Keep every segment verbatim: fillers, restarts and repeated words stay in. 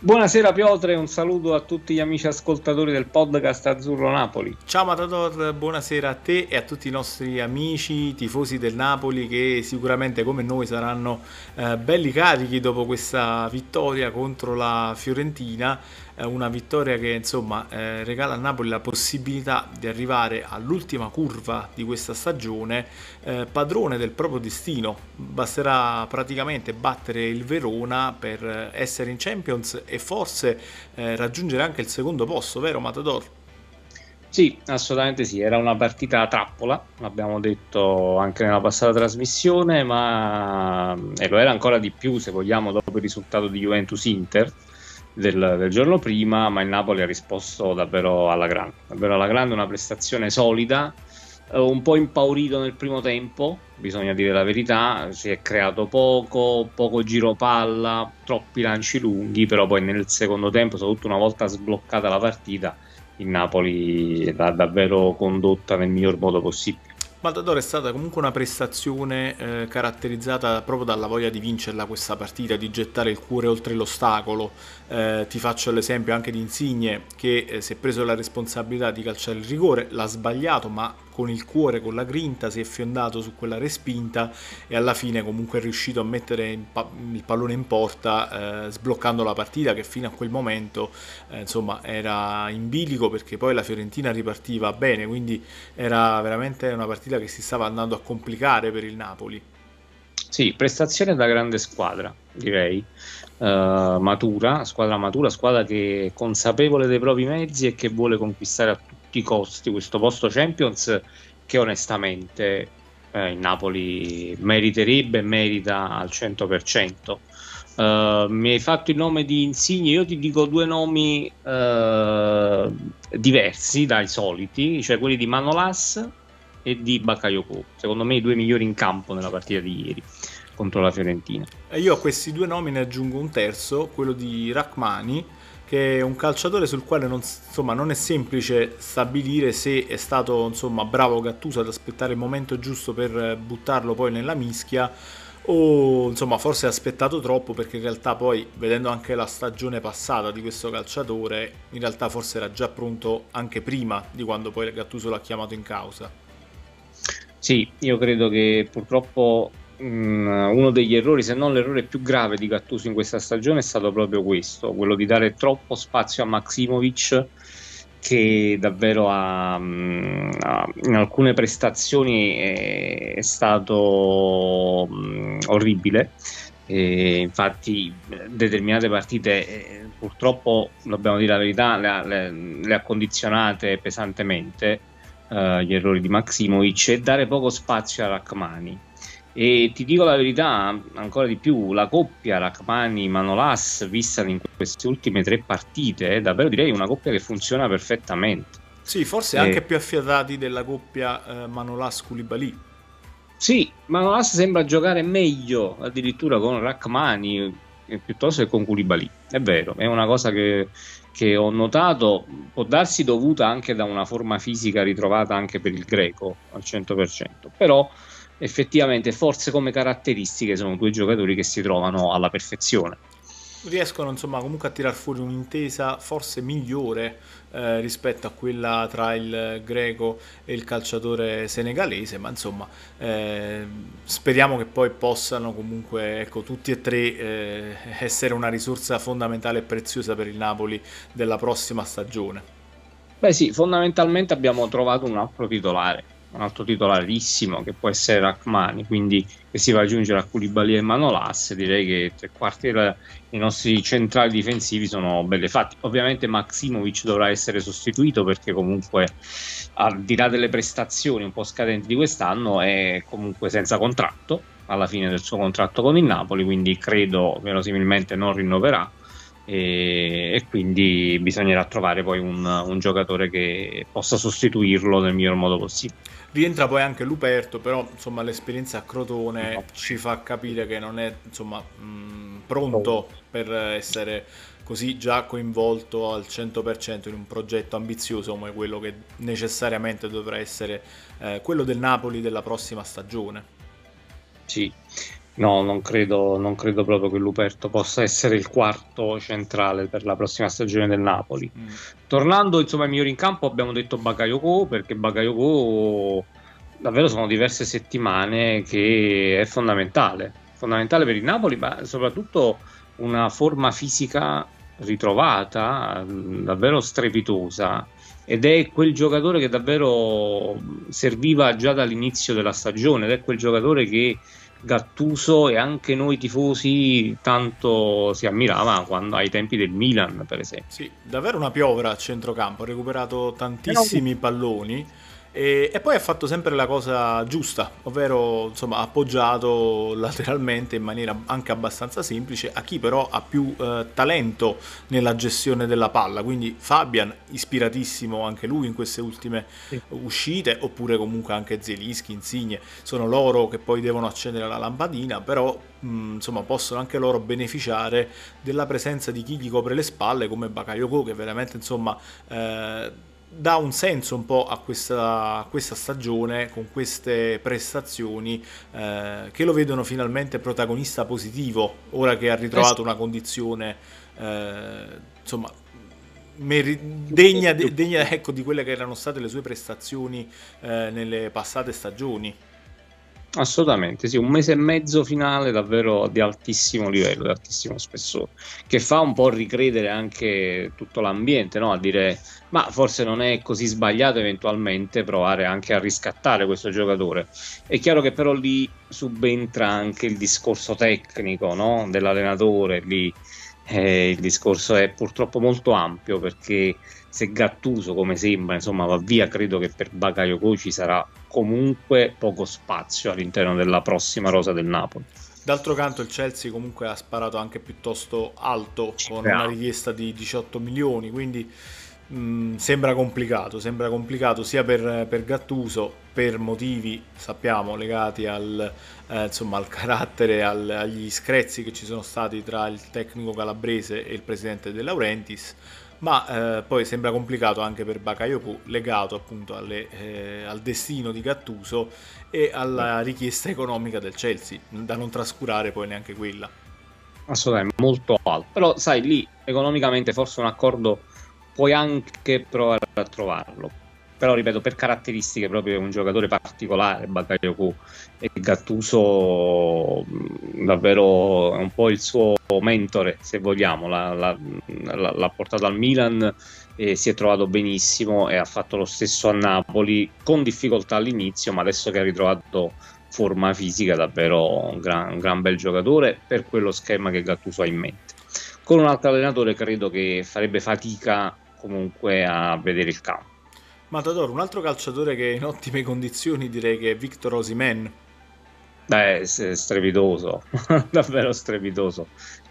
Buonasera Piotre, un saluto a tutti gli amici ascoltatori del podcast Azzurro Napoli. Ciao Matador, buonasera a te e a tutti i nostri amici tifosi del Napoli che sicuramente come noi saranno eh, belli carichi dopo questa vittoria contro la Fiorentina, eh, una vittoria che insomma eh, regala al Napoli la possibilità di arrivare all'ultima curva di questa stagione, eh, padrone del proprio destino. Basterà praticamente battere il Verona per essere in Champions e forse eh, raggiungere anche il secondo posto, vero Matador? Sì, assolutamente sì, era una partita a trappola, l'abbiamo detto anche nella passata trasmissione, ma e lo era ancora di più se vogliamo dopo il risultato di Juventus-Inter del, del giorno prima, ma il Napoli ha risposto davvero alla grande, davvero alla grande, una prestazione solida, eh, un po' impaurito nel primo tempo, bisogna dire la verità, si è creato poco, poco giro palla, troppi lanci lunghi, però poi nel secondo tempo, soprattutto una volta sbloccata la partita, il Napoli l'ha davvero condotta nel miglior modo possibile. Matador è stata comunque una prestazione eh, caratterizzata proprio dalla voglia di vincerla questa partita, di gettare il cuore oltre l'ostacolo. Eh, ti faccio l'esempio anche di Insigne che eh, si è preso la responsabilità di calciare il rigore, l'ha sbagliato ma con il cuore, con la grinta, si è fiondato su quella respinta e alla fine comunque è riuscito a mettere il, pa- il pallone in porta, eh, sbloccando la partita che fino a quel momento eh, insomma era in bilico perché poi la Fiorentina ripartiva bene, quindi era veramente una partita che si stava andando a complicare per il Napoli. Sì, prestazione da grande squadra, direi. Uh, matura, squadra matura, squadra che è consapevole dei propri mezzi e che vuole conquistare a tutti i costi questo posto Champions che onestamente eh, il Napoli meriterebbe e merita al cento per cento. Uh, mi hai fatto il nome di Insigne, io ti dico due nomi uh, diversi dai soliti, cioè quelli di Manolas e di Bakayoko, secondo me i due migliori in campo nella partita di ieri contro la Fiorentina. E io a questi due nomi ne aggiungo un terzo, quello di Rachmani, che è un calciatore sul quale non, insomma, non è semplice stabilire se è stato insomma, bravo Gattuso ad aspettare il momento giusto per buttarlo poi nella mischia o insomma forse ha aspettato troppo, perché in realtà poi vedendo anche la stagione passata di questo calciatore in realtà forse era già pronto anche prima di quando poi Gattuso l'ha chiamato in causa. Sì, io credo che purtroppo mh, uno degli errori, se non l'errore più grave di Gattuso in questa stagione è stato proprio questo, quello di dare troppo spazio a Maksimovic, che davvero ha, mh, ha- in alcune prestazioni è, è stato mh, orribile. E infatti eh, determinate partite eh, purtroppo, dobbiamo dire la verità, le ha, le- le ha condizionate pesantemente, eh, gli errori di Maksimovic, e dare poco spazio a Rachmani. E ti dico la verità, ancora di più, la coppia Rachmani-Manolas, vista in queste ultime tre partite, è davvero direi una coppia che funziona perfettamente. Sì, forse anche Eh, più affiatati della coppia eh, Manolas-Koulibaly. sì, Manolas sembra giocare meglio addirittura con Rachmani eh, piuttosto che con Koulibaly. È vero, è una cosa che, che ho notato, può darsi dovuta anche da una forma fisica ritrovata anche per il greco al cento per cento, però effettivamente forse come caratteristiche sono due giocatori che si trovano alla perfezione. Riescono insomma comunque a tirar fuori un'intesa forse migliore eh, rispetto a quella tra il greco e il calciatore senegalese, ma insomma eh, speriamo che poi possano comunque ecco, tutti e tre eh, essere una risorsa fondamentale e preziosa per il Napoli della prossima stagione. Beh sì, fondamentalmente abbiamo trovato un altro titolare, un altro titolarissimo che può essere Rachmani, quindi che si va ad aggiungere a Koulibaly e Manolas. Direi che tre quarti dei nostri centrali difensivi sono belle fatti. Ovviamente Maksimovic dovrà essere sostituito perché comunque al di là delle prestazioni un po' scadenti di quest'anno è comunque senza contratto alla fine del suo contratto con il Napoli, quindi credo verosimilmente non rinnoverà e, e quindi bisognerà trovare poi un, un giocatore che possa sostituirlo nel miglior modo possibile. Rientra poi anche Luperto, però insomma l'esperienza a Crotone ci fa capire che non è insomma mh, pronto per essere così già coinvolto al cento per cento in un progetto ambizioso come quello che necessariamente dovrà essere eh, quello del Napoli della prossima stagione. Sì, No, non credo, non credo proprio che Luperto possa essere il quarto centrale per la prossima stagione del Napoli. Mm. Tornando, insomma, ai migliori in campo, abbiamo detto Bakayoko, perché Bakayoko davvero sono diverse settimane che è fondamentale, fondamentale per il Napoli, ma soprattutto una forma fisica ritrovata, mh, davvero strepitosa. Ed è quel giocatore che davvero serviva già dall'inizio della stagione, ed è quel giocatore che Gattuso e anche noi tifosi tanto si ammirava quando, ai tempi del Milan, per esempio. Sì, davvero una piovra a centrocampo, ha recuperato Però tantissimi palloni e, e poi ha fatto sempre la cosa giusta, ovvero insomma ha appoggiato lateralmente in maniera anche abbastanza semplice a chi però ha più eh, talento nella gestione della palla, quindi Fabian ispiratissimo anche lui in queste ultime sì, uscite, oppure comunque anche Zelinski, Insigne, sono loro che poi devono accendere la lampadina, però mh, insomma possono anche loro beneficiare della presenza di chi gli copre le spalle come Bakayoko che veramente insomma eh, dà un senso un po' a questa, a questa stagione con queste prestazioni eh, che lo vedono finalmente protagonista positivo ora che ha eh sì, ritrovato una condizione eh, insomma meri- degna, degna ecco, di quelle che erano state le sue prestazioni eh, nelle passate stagioni. assolutamente, sì, un mese e mezzo finale davvero di altissimo livello, di altissimo spessore, che fa un po' ricredere anche tutto l'ambiente, no? A dire, ma forse non è così sbagliato eventualmente provare anche a riscattare questo giocatore. È chiaro che però lì subentra anche il discorso tecnico, no? Dell'allenatore, lì eh, il discorso è purtroppo molto ampio perché se Gattuso, come sembra, insomma, va via, credo che per Bakayoko ci sarà comunque poco spazio all'interno della prossima rosa del Napoli. D'altro canto il Chelsea comunque ha sparato anche piuttosto alto Ci con una speriamo. richiesta di diciotto milioni, quindi mh, sembra complicato, sembra complicato sia per, per Gattuso, per motivi sappiamo legati al, eh, insomma, al carattere, al- agli screzi che ci sono stati tra il tecnico calabrese e il presidente De Laurentiis, ma eh, poi sembra complicato anche per Bakayoko legato appunto alle, eh, al destino di Gattuso e alla richiesta economica del Chelsea, da non trascurare poi neanche quella. Assolutamente, molto alto. Però, sai, lì economicamente forse un accordo puoi anche provare a trovarlo. Però, ripeto, per caratteristiche proprio è un giocatore particolare, Bakayoko, e Gattuso mh, davvero è un po' il suo mentore, se vogliamo. L'ha l'ha- l'ha- l'ha portato al Milan e si è trovato benissimo e ha fatto lo stesso a Napoli, con difficoltà all'inizio, ma adesso che ha ritrovato forma fisica, davvero un gran, un gran bel giocatore per quello schema che Gattuso ha in mente. Con un altro allenatore credo che farebbe fatica comunque a vedere il campo. Matador, un altro calciatore che è in ottime condizioni direi che è Victor Osimhen. Beh, s- strepitoso, davvero strepitoso.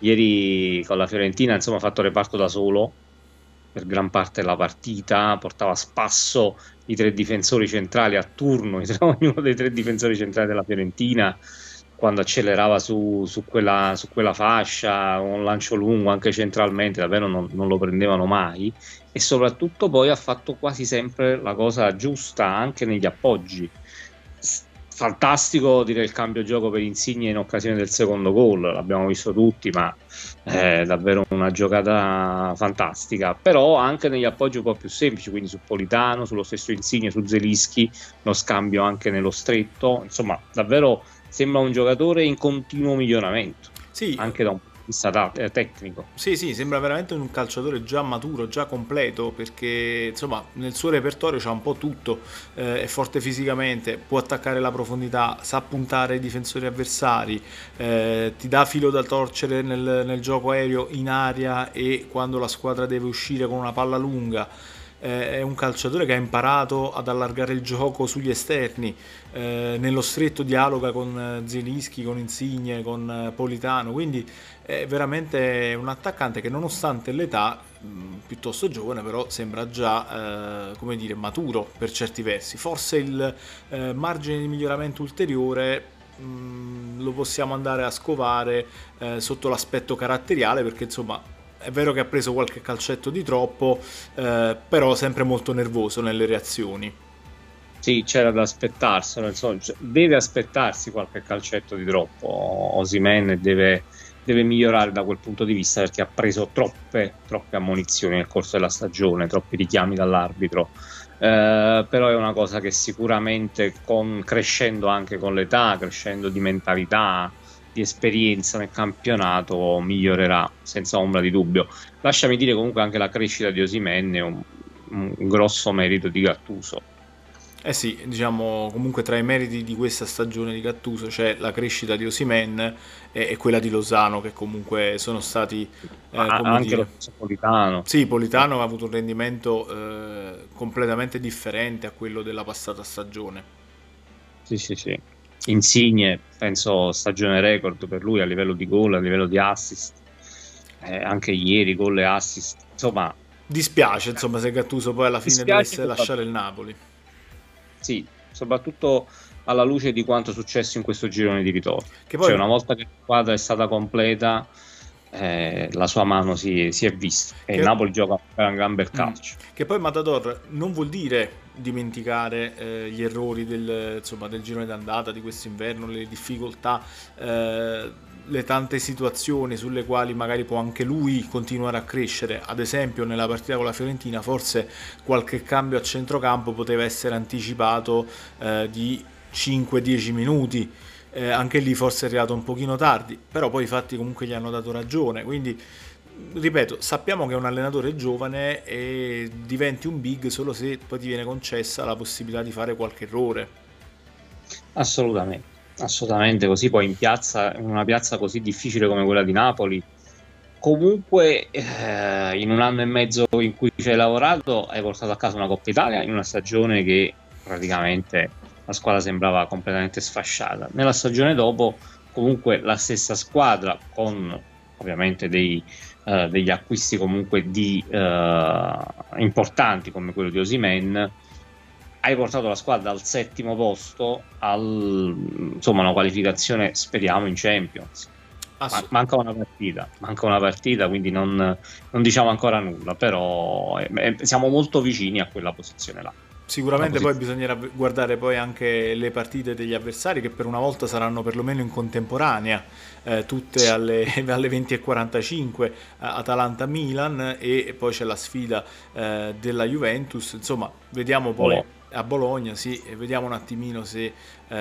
Ieri con la Fiorentina, insomma, ha fatto reparto da solo per gran parte della partita, portava a spasso i tre difensori centrali a turno, ognuno dei tre difensori centrali della Fiorentina, quando accelerava su, su quella, su quella fascia, un lancio lungo anche centralmente, davvero non, non lo prendevano mai. E soprattutto poi ha fatto quasi sempre la cosa giusta anche negli appoggi. S- Fantastico dire il cambio gioco per Insigne in occasione del secondo gol, l'abbiamo visto tutti, ma è davvero una giocata fantastica. Però anche negli appoggi un po' più semplici, quindi su Politano, sullo stesso Insigne, su Zelischi, lo scambio anche nello stretto. Insomma, davvero sembra un giocatore in continuo miglioramento, Sì, anche da un punto di vista ta- eh, tecnico. sì, sì, sembra veramente un calciatore già maturo, già completo, perché insomma nel suo repertorio c'ha un po' tutto, eh, è forte fisicamente, può attaccare la profondità, sa puntare ai difensori avversari, eh, ti dà filo da torcere nel, nel gioco aereo in aria e quando la squadra deve uscire con una palla lunga. Eh, è un calciatore che ha imparato ad allargare il gioco sugli esterni, eh, nello stretto dialoga con eh, Zielinski, con Insigne, con eh, Politano, quindi è veramente un attaccante che nonostante l'età, mh, piuttosto giovane, però sembra già, eh, come dire, maturo per certi versi. Forse il eh, margine di miglioramento ulteriore mh, lo possiamo andare a scovare eh, sotto l'aspetto caratteriale, perché insomma è vero che ha preso qualche calcetto di troppo, eh, però sempre molto nervoso nelle reazioni. Sì, c'era da aspettarselo, insomma, cioè, deve aspettarsi qualche calcetto di troppo. Osimhen deve, deve migliorare da quel punto di vista, perché ha preso troppe, troppe ammonizioni nel corso della stagione, troppi richiami dall'arbitro. Eh, però è una cosa che sicuramente, con, crescendo anche con l'età, crescendo di mentalità, di esperienza nel campionato, migliorerà senza ombra di dubbio. Lasciami dire comunque anche la crescita di Osimhen è un, un grosso merito di Gattuso. Eh sì, diciamo comunque tra i meriti di questa stagione di Gattuso c'è la crescita di Osimhen e, e quella di Lozano, che comunque sono stati, Ma eh, come anche lo dire, stesso Politano. sì, Politano ha avuto un rendimento eh, completamente differente a quello della passata stagione. Sì, sì, sì. Insigne, penso stagione record per lui a livello di gol, a livello di assist. Eh, anche ieri gol e assist. Insomma, Dispiace, insomma, se Gattuso poi alla mi fine spiace dovesse soprattutto, lasciare il Napoli. sì, soprattutto alla luce di quanto è successo in questo girone di ritorno. Che Cioè, poi una volta che la squadra è stata completa, eh, la sua mano si, si è vista. E il che, Napoli gioca per un gran bel mm, calcio. che poi Matador non vuol dire dimenticare eh, gli errori del, insomma, del girone d'andata di quest'inverno, le difficoltà, eh, le tante situazioni sulle quali magari può anche lui continuare a crescere. Ad esempio nella partita con la Fiorentina forse qualche cambio a centrocampo poteva essere anticipato eh, di cinque dieci minuti. Eh, anche lì forse è arrivato un pochino tardi, però poi i fatti comunque gli hanno dato ragione, quindi ripeto, sappiamo che è un allenatore giovane e diventi un big solo se poi ti viene concessa la possibilità di fare qualche errore. Assolutamente, assolutamente. Così poi in piazza, in una piazza così difficile come quella di Napoli, comunque eh, in un anno e mezzo in cui ci hai lavorato, hai portato a casa una Coppa Italia in una stagione che praticamente la squadra sembrava completamente sfasciata. Nella stagione dopo, comunque la stessa squadra, con ovviamente dei, eh, degli acquisti comunque di, eh, importanti come quello di Osimhen, hai portato la squadra al settimo posto, al, insomma, una qualificazione, speriamo, in Champions. Ma- Ass- manca una partita, manca una partita, quindi non, non diciamo ancora nulla, però eh, eh, siamo molto vicini a quella posizione là. Una Sicuramente poi posizione. bisognerà guardare poi anche le partite degli avversari che per una volta saranno perlomeno in contemporanea, eh, tutte alle, alle venti e quarantacinque, eh, Atalanta-Milan e poi c'è la sfida eh, della Juventus, insomma vediamo poi Bologna. a Bologna, sì, e vediamo un attimino se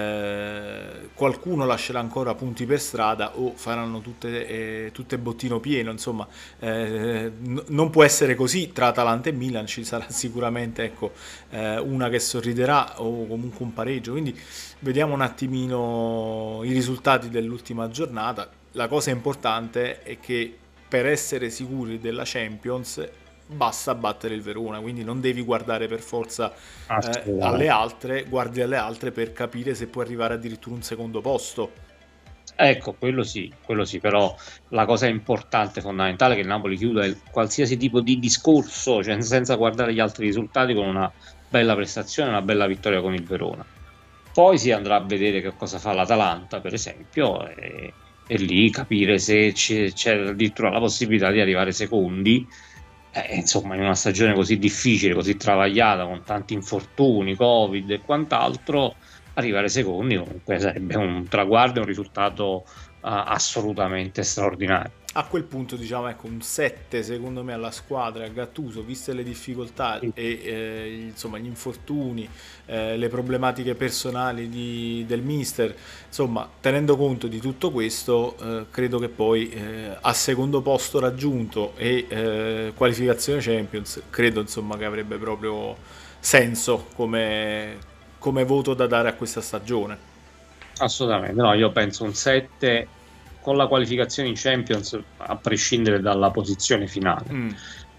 eh, qualcuno lascerà ancora punti per strada o faranno tutte, eh, tutte bottino pieno, insomma eh, n- non può essere così tra Atalanta e Milan, ci sarà sicuramente ecco, eh, una che sorriderà o comunque un pareggio, quindi vediamo un attimino i risultati dell'ultima giornata. La cosa importante è che per essere sicuri della Champions basta battere il Verona, quindi non devi guardare per forza eh, alle Assolutamente. altre, guardi alle altre per capire se puoi arrivare addirittura un secondo posto. Ecco, quello sì, quello sì, però la cosa importante, fondamentale, è che il Napoli chiuda il- qualsiasi tipo di discorso, cioè senza guardare gli altri risultati, con una bella prestazione, una bella vittoria con il Verona. Poi si andrà a vedere che cosa fa l'Atalanta, per esempio, e, e lì capire se c'è, c'è addirittura la possibilità di arrivare secondi. Eh, insomma, in una stagione così difficile, così travagliata, con tanti infortuni, Covid e quant'altro, arrivare secondi comunque sarebbe un traguardo e un risultato eh, assolutamente straordinario. A quel punto diciamo ecco un sette secondo me alla squadra, a Gattuso, viste le difficoltà e eh, insomma gli infortuni, eh, le problematiche personali di- del mister, insomma tenendo conto di tutto questo eh, credo che poi eh, a secondo posto raggiunto e eh, qualificazione Champions, credo insomma che avrebbe proprio senso come, come voto da dare a questa stagione. Assolutamente, no, io penso un sette con la qualificazione in Champions, a prescindere dalla posizione finale. Mm.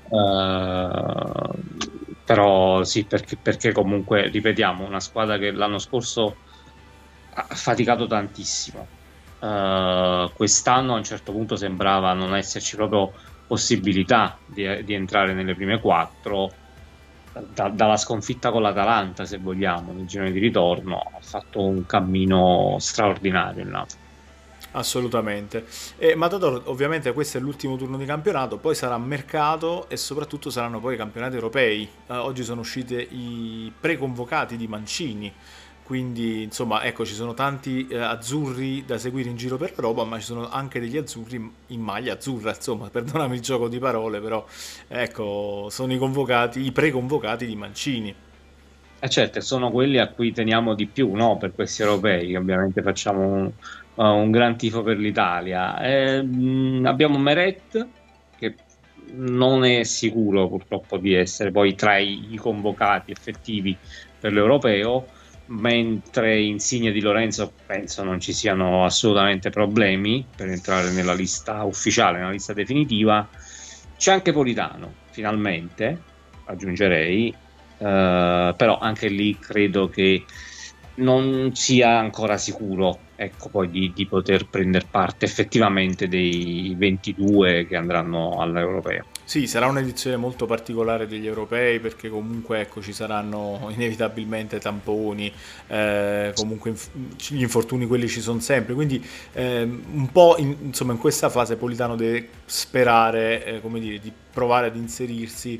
Eh, però sì, perché, perché comunque, ripetiamo, una squadra che l'anno scorso ha faticato tantissimo. Eh, quest'anno a un certo punto sembrava non esserci proprio possibilità di, di entrare nelle prime quattro. Da- dalla sconfitta con l'Atalanta, se vogliamo, nel girone di ritorno, ha fatto un cammino straordinario il Napoli. Assolutamente. E Matador, ovviamente questo è l'ultimo turno di campionato, poi sarà mercato e soprattutto saranno poi i campionati europei. Eh, oggi sono uscite i preconvocati di Mancini, quindi insomma ecco ci sono tanti eh, azzurri da seguire in giro per l'Europa, ma ci sono anche degli azzurri in maglia azzurra, insomma, perdonami il gioco di parole, però ecco sono i convocati, i preconvocati di Mancini. Eh certo, sono quelli a cui teniamo di più, no? Per questi europei, ovviamente facciamo un, uh, un gran tifo per l'Italia. Eh, mh, abbiamo Meret, che non è sicuro purtroppo di essere poi tra i, i convocati effettivi per l'europeo, mentre Insigne di Lorenzo penso non ci siano assolutamente problemi per entrare nella lista ufficiale, nella lista definitiva. C'è anche Politano, finalmente, aggiungerei. Uh, però anche lì credo che non sia ancora sicuro, ecco, poi di, di poter prendere parte effettivamente dei ventidue che andranno all'europeo. Sì, sarà un'edizione molto particolare degli europei perché comunque ecco, ci saranno inevitabilmente tamponi, eh, comunque inf- gli infortuni quelli ci sono sempre, quindi ehm, un po' in, insomma in questa fase Politano deve sperare, eh, come dire, di provare ad inserirsi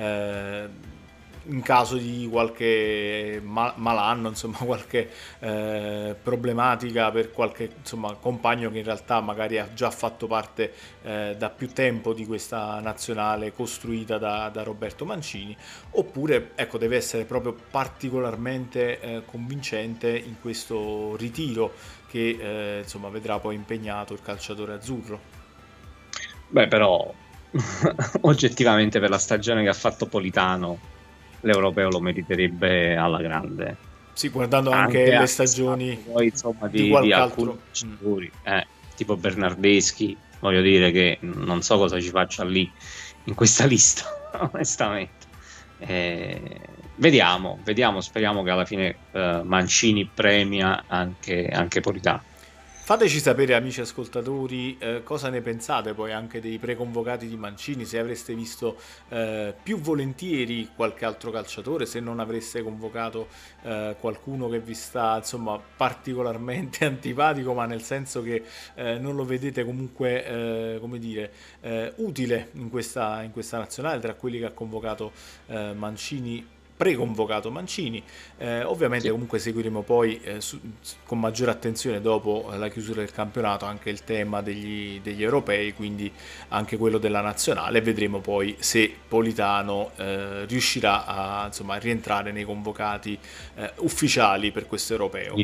eh, in caso di qualche ma- malanno, insomma, qualche eh, problematica per qualche insomma, compagno che in realtà magari ha già fatto parte eh, da più tempo di questa nazionale costruita da, da Roberto Mancini, oppure ecco, deve essere proprio particolarmente eh, convincente in questo ritiro che eh, insomma, vedrà poi impegnato il calciatore azzurro. Beh, però oggettivamente per la stagione che ha fatto Politano l'europeo lo meriterebbe alla grande, Sì, guardando anche anche le a stagioni poi insomma di di, di qualche alcuni altro. Mm. giocatori, eh, tipo Bernardeschi, voglio dire che non so cosa ci faccia lì in questa lista onestamente. Eh, vediamo, vediamo, speriamo che alla fine eh, Mancini premia anche, anche Politano. Fateci sapere, amici ascoltatori, eh, cosa ne pensate poi anche dei preconvocati di Mancini, se avreste visto eh, più volentieri qualche altro calciatore, se non avreste convocato eh, qualcuno che vi sta insomma particolarmente antipatico, ma nel senso che eh, non lo vedete comunque, eh, come dire, eh, utile in questa, in questa nazionale tra quelli che ha convocato eh, Mancini preconvocato Mancini. Eh, ovviamente Sì. comunque seguiremo poi eh, su- con maggiore attenzione dopo la chiusura del campionato anche il tema degli, degli europei, quindi anche quello della nazionale, e vedremo poi se Politano eh, riuscirà a, insomma, a rientrare nei convocati eh, ufficiali per questo europeo.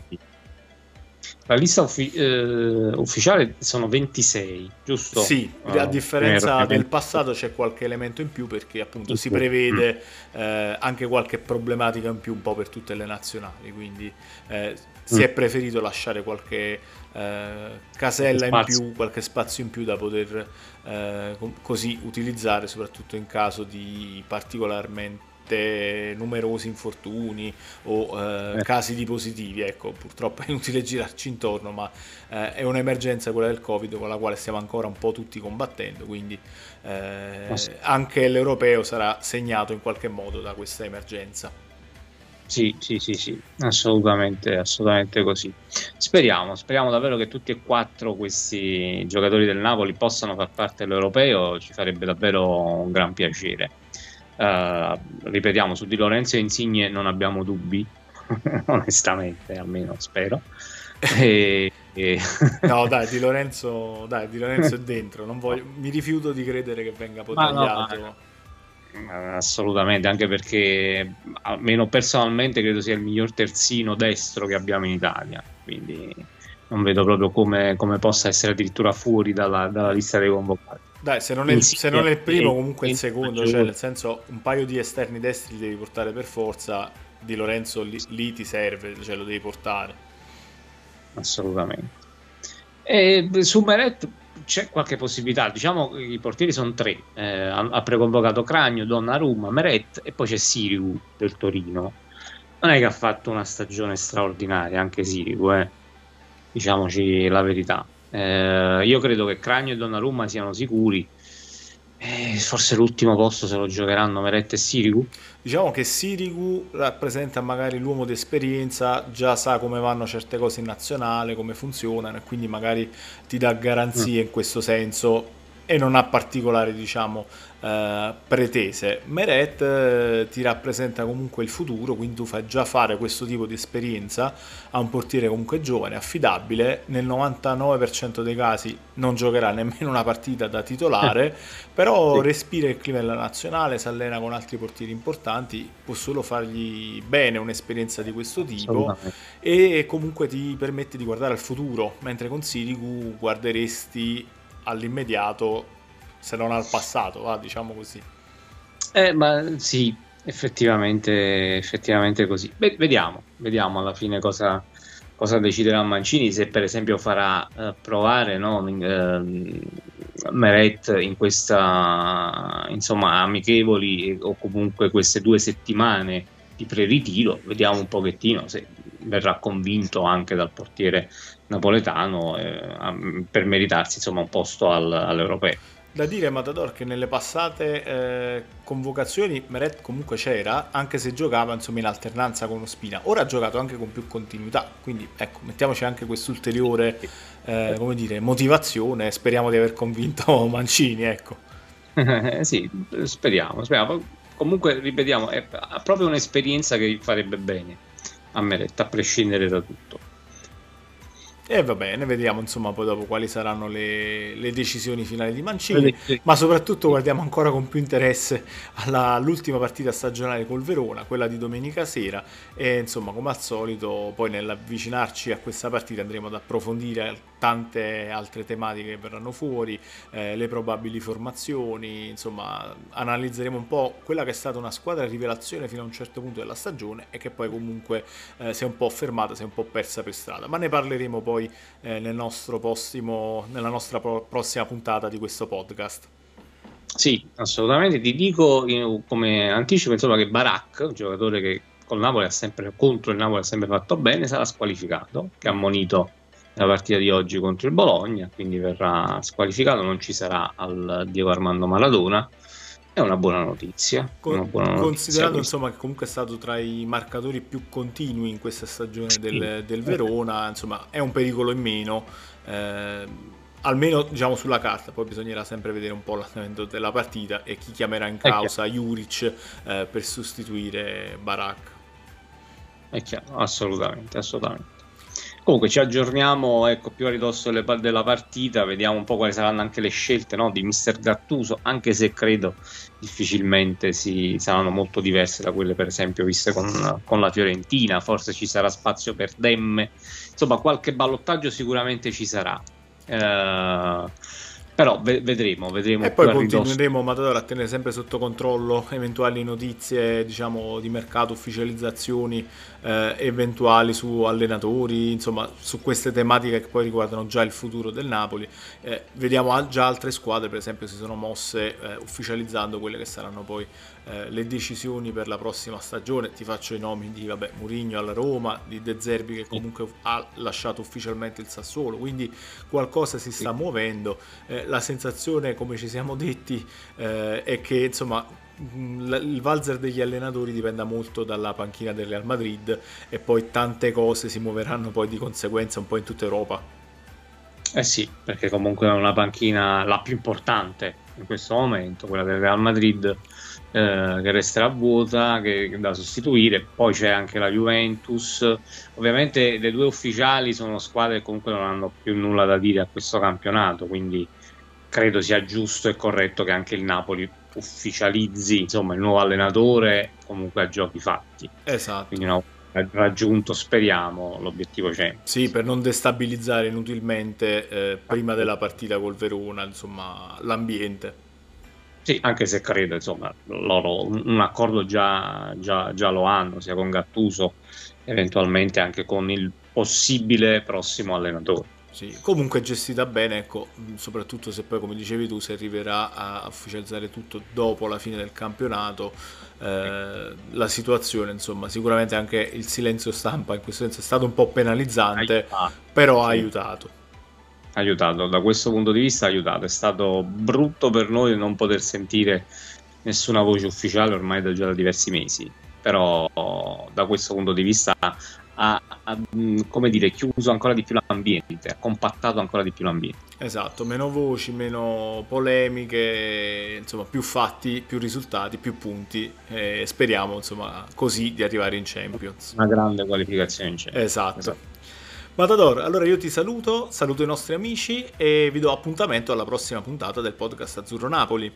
La lista uffi- eh, ufficiale sono ventisei, giusto? Sì, a Uh, differenza del passato c'è qualche elemento in più perché appunto si mm. prevede eh, anche qualche problematica in più un po' per tutte le nazionali, quindi eh, si Mm. è preferito lasciare qualche eh, casella in Spazio. più, qualche spazio in più da poter eh, co- così utilizzare soprattutto in caso di particolarmente numerosi infortuni o eh, Eh, casi di positivi. Ecco, purtroppo è inutile girarci intorno, ma eh, è un'emergenza quella del Covid con la quale stiamo ancora un po' tutti combattendo, quindi ass- eh, anche l'europeo sarà segnato in qualche modo da questa emergenza. sì, sì, sì, sì, assolutamente, assolutamente così. Speriamo, speriamo davvero che tutti e quattro questi giocatori del Napoli possano far parte dell'europeo, ci farebbe davvero un gran piacere. Eh, ripetiamo, su Di Lorenzo e Insigne non abbiamo dubbi, onestamente, almeno spero. E, e- No, dai, Di Lorenzo, dai, Di Lorenzo è dentro, non voglio, mi rifiuto di credere che venga Ma no, ma potagliato. ma assolutamente, anche perché almeno personalmente credo sia il miglior terzino destro che abbiamo in Italia, quindi non vedo proprio come, come possa essere addirittura fuori dalla, dalla lista dei convocati. Dai, se non è il, se non Insigne è il primo, e comunque il e secondo, cioè maggiore, nel senso un paio di esterni destri li devi portare per forza, Di Lorenzo lì, lì ti serve, cioè lo devi portare. assolutamente. E su Meret c'è qualche possibilità, diciamo che i portieri sono tre, eh, ha, ha preconvocato Cragno, Donnarumma, Meret e poi c'è Sirigu del Torino. Non è che ha fatto una stagione straordinaria, anche Sirigu, eh. Diciamoci la verità. Eh, io credo che Cragno e Donnarumma siano sicuri. Eh, forse l'ultimo posto se lo giocheranno Meret e Sirigu. Diciamo che Sirigu rappresenta magari l'uomo d'esperienza, già sa come vanno certe cose in nazionale, come funzionano e quindi magari ti dà Mm, garanzie in questo senso e non ha particolari, diciamo, eh, pretese. Meret eh, ti rappresenta comunque il futuro, quindi tu fai già fare questo tipo di esperienza a un portiere comunque giovane, affidabile, nel novantanove per cento dei casi non giocherà nemmeno una partita da titolare, però sì, respira il clima della nazionale, si allena con altri portieri importanti, può solo fargli bene un'esperienza di questo tipo assolutamente. e comunque ti permette di guardare al futuro, mentre con Sirigu guarderesti all'immediato, se non al passato, va, diciamo così. Eh, ma sì, effettivamente, effettivamente così. Beh, vediamo, vediamo alla fine cosa, cosa deciderà Mancini, se per esempio farà eh, provare, no, in- ehm, Meret in questa, insomma, amichevoli o comunque queste due settimane di pre-ritiro, vediamo un pochettino se verrà convinto anche dal portiere napoletano eh, a- per meritarsi insomma un posto al- all'Europeo. Da dire, Matador, che nelle passate eh, convocazioni Meret comunque c'era, anche se giocava insomma in alternanza con Ospina. Ora ha giocato anche con più continuità, quindi ecco, mettiamoci anche quest'ulteriore, eh, come dire, motivazione. Speriamo di aver convinto Mancini, ecco. Eh, sì, speriamo, speriamo. Comunque, ripetiamo, è è proprio un'esperienza che farebbe bene a Meret, a prescindere da tutto. E va bene, vediamo insomma poi dopo quali saranno le, le decisioni finali di Mancini, Vedete- ma soprattutto guardiamo ancora con più interesse alla- all'ultima partita stagionale col Verona, quella di domenica sera, e insomma come al solito poi nell'avvicinarci a questa partita andremo ad approfondire tante altre tematiche che verranno fuori, eh, le probabili formazioni, insomma analizzeremo un po' quella che è stata una squadra rivelazione fino a un certo punto della stagione e che poi comunque eh, si è un po' fermata, si è un po' persa per strada, ma ne parleremo poi eh, nel nostro prossimo, nella nostra pro- prossima puntata di questo podcast. Sì, assolutamente. Ti dico io come anticipo, insomma, che Barak, un giocatore che col Napoli ha sempre, contro il Napoli ha sempre fatto bene, sarà squalificato, che ha ammonito la partita di oggi contro il Bologna, quindi verrà squalificato, non ci sarà al Diego Armando Maradona. È una buona notizia, una Co- buona notizia considerando questa. insomma che comunque è stato tra i marcatori più continui in questa stagione Sì. del, del Verona, insomma è un pericolo in meno, eh, almeno diciamo sulla carta, poi bisognerà sempre vedere un po' l'andamento della partita e chi chiamerà in È chiaro, causa Juric eh, per sostituire Barak. è chiaro, assolutamente, assolutamente. Comunque ci aggiorniamo, ecco, più a ridosso delle pa- della partita, vediamo un po' quali saranno anche le scelte, no, di mister Gattuso, anche se credo difficilmente si, saranno molto diverse da quelle per esempio viste con, con la Fiorentina, forse ci sarà spazio per Demme, insomma qualche ballottaggio sicuramente ci sarà. Eh, però ve- vedremo, E vedremo poi più a ridosso. continueremo, Matador, a tenere sempre sotto controllo eventuali notizie, diciamo, di mercato, ufficializzazioni eh, eventuali su allenatori, insomma, su queste tematiche che poi riguardano già il futuro del Napoli. Eh, vediamo al- già altre squadre, per esempio, si sono mosse eh, ufficializzando quelle che saranno poi eh, le decisioni per la prossima stagione. Ti faccio i nomi di, vabbè, Mourinho alla Roma, di De Zerbi che Sì, comunque ha lasciato ufficialmente il Sassuolo, quindi qualcosa si sì. sta muovendo. Eh, la sensazione, come ci siamo detti, eh, è che insomma mh, il valzer degli allenatori dipenda molto dalla panchina del Real Madrid e poi tante cose si muoveranno poi di conseguenza un po' in tutta Europa. Eh sì, perché comunque è una panchina la più importante in questo momento, quella del Real Madrid, eh, che resterà vuota, che, che da sostituire. Poi c'è anche la Juventus. Ovviamente le due ufficiali sono squadre che comunque non hanno più nulla da dire a questo campionato, quindi credo sia giusto e corretto che anche il Napoli ufficializzi, insomma, il nuovo allenatore comunque a giochi fatti. Esatto. Quindi una volta raggiunto, speriamo, l'obiettivo Sì, Champions. per non destabilizzare inutilmente eh, prima della partita col Verona, insomma, l'ambiente. Sì, anche se credo, insomma, loro un, un accordo già, già- già lo hanno, sia con Gattuso, eventualmente anche con il possibile prossimo allenatore. Sì, comunque gestita bene, ecco, mh, soprattutto se poi, come dicevi tu, si arriverà a ufficializzare tutto dopo la fine del campionato, Sì. eh, la situazione, insomma, sicuramente anche il silenzio stampa in questo senso è stato un po' penalizzante, Aiutato. però ha Sì. aiutato. aiutato, da questo punto di vista ha aiutato. È stato brutto per noi non poter sentire nessuna voce ufficiale ormai da già da diversi mesi, però da questo punto di vista ha, ha, come dire, chiuso ancora di più l'ambiente, ha compattato ancora di più l'ambiente. Esatto, meno voci, meno polemiche, insomma più fatti, più risultati, più punti, e speriamo insomma così di arrivare in Champions. Una grande qualificazione in Champions. Esatto. Esatto. Matador, allora io ti saluto, saluto i nostri amici e vi do appuntamento alla prossima puntata del podcast Azzurro Napoli.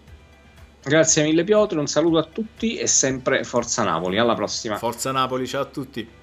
Grazie mille Piotr, un saluto a tutti e sempre Forza Napoli, alla prossima. Forza Napoli, ciao a tutti.